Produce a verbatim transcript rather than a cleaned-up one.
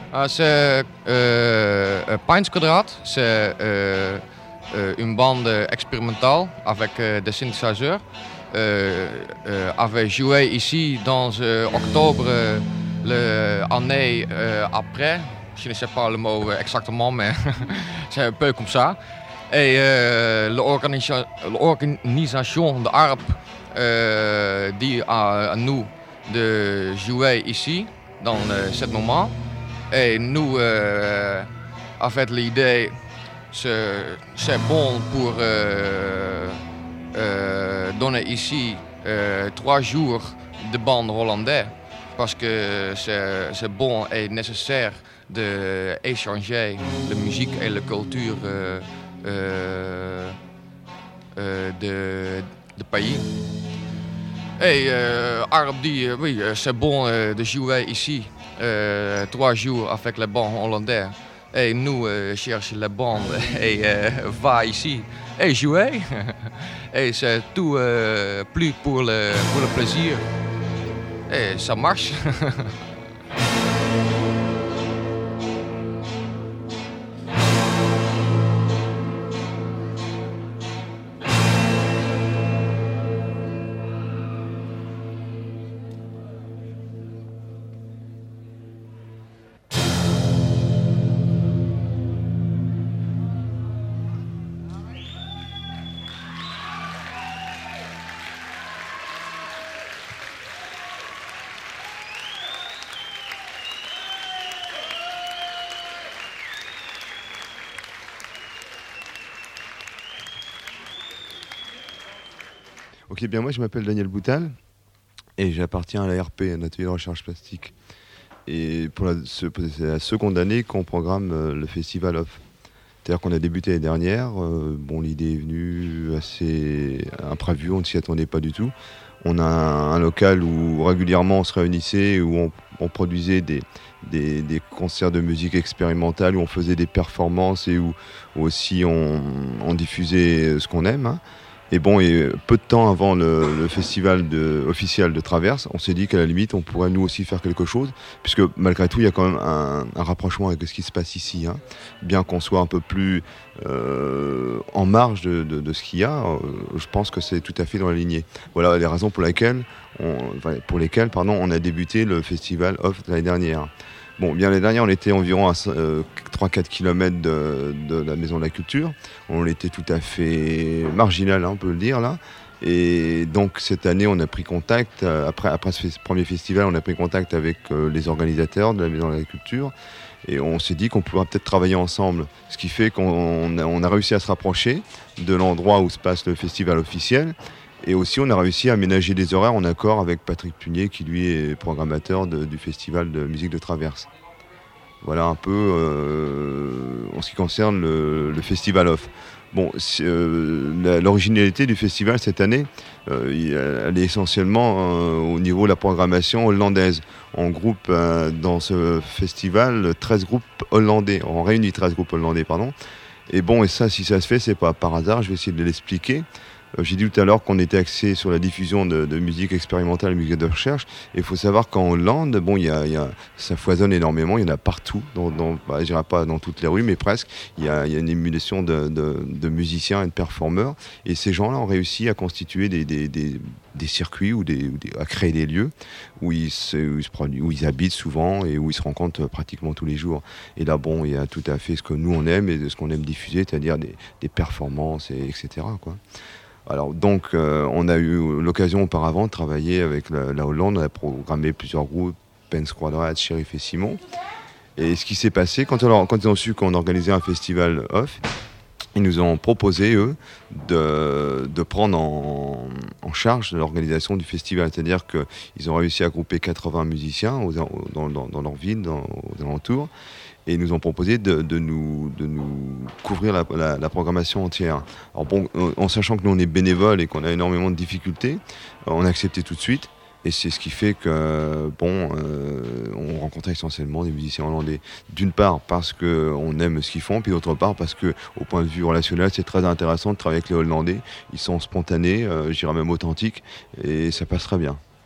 Ah, c'est euh, Pines Quadrat, c'est euh, euh, une bande expérimentale avec euh, des synthétiseurs. Euh, euh, avait joué ici dans euh, octobre euh, l'année euh, après. Je ne sais pas le mot exactement, mais c'est un peu comme ça. Et euh, l'organisa- l'organisation de A R P euh, dit à, à nous de jouer ici dans euh, ce moment. Et nous, euh, en fait, l'idée, c'est, c'est bon pour euh, euh, donner ici euh, trois jours de bande hollandais. Parce que c'est, c'est bon et nécessaire d'échanger la musique et la culture euh, euh, euh, de, de pays. Et euh, Arab dit, euh, oui, c'est bon euh, de jouer ici euh, trois jours avec les bandes hollandais. Et nous euh, cherchons les bandes et euh, va ici et jouer. Et c'est tout euh, plus pour le, pour le plaisir. Et ça marche. Ok, bien moi je m'appelle Daniel Boutal et j'appartiens à l'A R P, un atelier de recherche plastique. Et pour la, ce, c'est la seconde année qu'on programme euh, le festival Off. C'est-à-dire qu'on a débuté l'année dernière, euh, bon l'idée est venue assez imprévue, on ne s'y attendait pas du tout. On a un, un local où régulièrement on se réunissait, où on, on produisait des, des, des concerts de musique expérimentale, où on faisait des performances et où, où aussi on, on diffusait ce qu'on aime. Hein. Et bon, et peu de temps avant le, le festival de, officiel de Traverse, on s'est dit qu'à la limite, on pourrait nous aussi faire quelque chose, puisque malgré tout, il y a quand même un, un rapprochement avec ce qui se passe ici. Hein. Bien qu'on soit un peu plus euh, en marge de, de, de ce qu'il y a, euh, je pense que c'est tout à fait dans la lignée. Voilà les raisons pour lesquelles on, enfin, pour lesquelles, pardon, on a débuté le festival Off l'année dernière. Bon, bien l'année dernière, on était environ à euh, trois à quatre kilomètres de, de la Maison de la Culture. On était tout à fait marginal, hein, on peut le dire, là. Et donc, cette année, on a pris contact, euh, après, après ce f- premier festival, on a pris contact avec euh, les organisateurs de la Maison de la Culture. Et on s'est dit qu'on pourrait peut-être travailler ensemble. Ce qui fait qu'on a, on a réussi à se rapprocher de l'endroit où se passe le festival officiel. Et aussi, on a réussi à aménager des horaires en accord avec Patrick Punier, qui lui est programmateur de, du festival de musique de Traverse. Voilà un peu euh, en ce qui concerne le, le festival Off. Bon, euh, la, l'originalité du festival cette année, euh, elle est essentiellement euh, au niveau de la programmation hollandaise. On groupe euh, dans ce festival treize groupes hollandais. On réunit treize groupes hollandais, pardon. Et bon, et ça, si ça se fait, c'est pas par hasard. Je vais essayer de l'expliquer. Euh, j'ai dit tout à l'heure qu'on était axé sur la diffusion de, de musique expérimentale et musique de recherche. Et il faut savoir qu'en Hollande, bon, y a, y a, ça foisonne énormément. Il y en a partout. Dans, dans, bah, je dirais pas dans toutes les rues, mais presque. Il y a, y a une émulation de, de, de musiciens et de performeurs. Et ces gens-là ont réussi à constituer des, des, des, des circuits ou, des, ou des, à créer des lieux où ils, se, où, ils se produisent, où ils habitent souvent et où ils se rencontrent pratiquement tous les jours. Et là, bon, il y a tout à fait ce que nous on aime et ce qu'on aime diffuser, c'est-à-dire des, des performances, et, etc. quoi. Alors donc euh, on a eu l'occasion auparavant de travailler avec la, la Hollande, on a programmé plusieurs groupes, Pence Quadrat, Sheriff et Simon. Et ce qui s'est passé, quand, on, quand ils ont su qu'on organisait un festival Off, ils nous ont proposé, eux, de, de prendre en, en charge l'organisation du festival. C'est-à-dire qu'ils ont réussi à grouper quatre-vingts musiciens aux, dans, dans, dans leur ville, dans, aux alentours. Et ils nous ont proposé de, de, nous, de nous couvrir la, la, la programmation entière. Alors bon, en sachant que nous on est bénévoles et qu'on a énormément de difficultés, on a accepté tout de suite. Et c'est ce qui fait que, bon, euh, on rencontrait essentiellement des musiciens hollandais. D'une part parce qu'on aime ce qu'ils font, puis d'autre part parce qu'au point de vue relationnel, c'est très intéressant de travailler avec les Hollandais. Ils sont spontanés, euh, je dirais même authentiques, et ça passe très bien.